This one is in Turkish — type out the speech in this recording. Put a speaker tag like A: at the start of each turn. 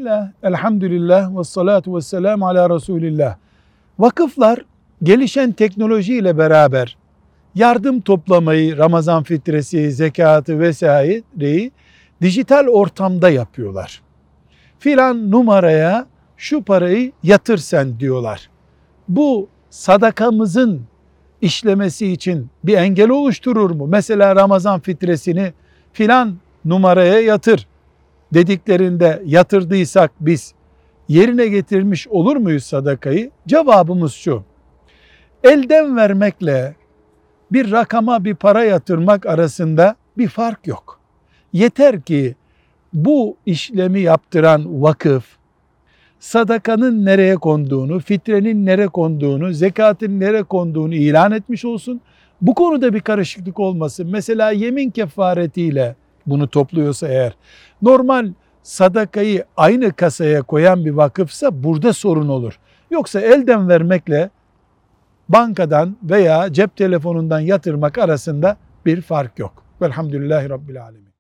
A: Bismillah, elhamdülillah ve salatu ve selamu ala Resulillah. Vakıflar gelişen teknolojiyle beraber yardım toplamayı, Ramazan fitresi, zekatı vesaireyi dijital ortamda yapıyorlar. Filan numaraya şu parayı yatır sen diyorlar. Bu sadakamızın işlemesi için bir engel oluşturur mu? Mesela Ramazan fitresini filan numaraya yatır dediklerinde yatırdıysak biz yerine getirmiş olur muyuz sadakayı? Cevabımız şu: elden vermekle bir rakama bir para yatırmak arasında bir fark yok. Yeter ki bu işlemi yaptıran vakıf sadakanın nereye konduğunu, fitrenin nereye konduğunu, zekatın nereye konduğunu ilan etmiş olsun. Bu konuda bir karışıklık olmasın. Mesela yemin kefaretiyle bunu topluyorsa eğer, normal sadakayı aynı kasaya koyan bir vakıfsa burada sorun olur. Yoksa elden vermekle bankadan veya cep telefonundan yatırmak arasında bir fark yok. Velhamdülillahi Rabbil Alemin.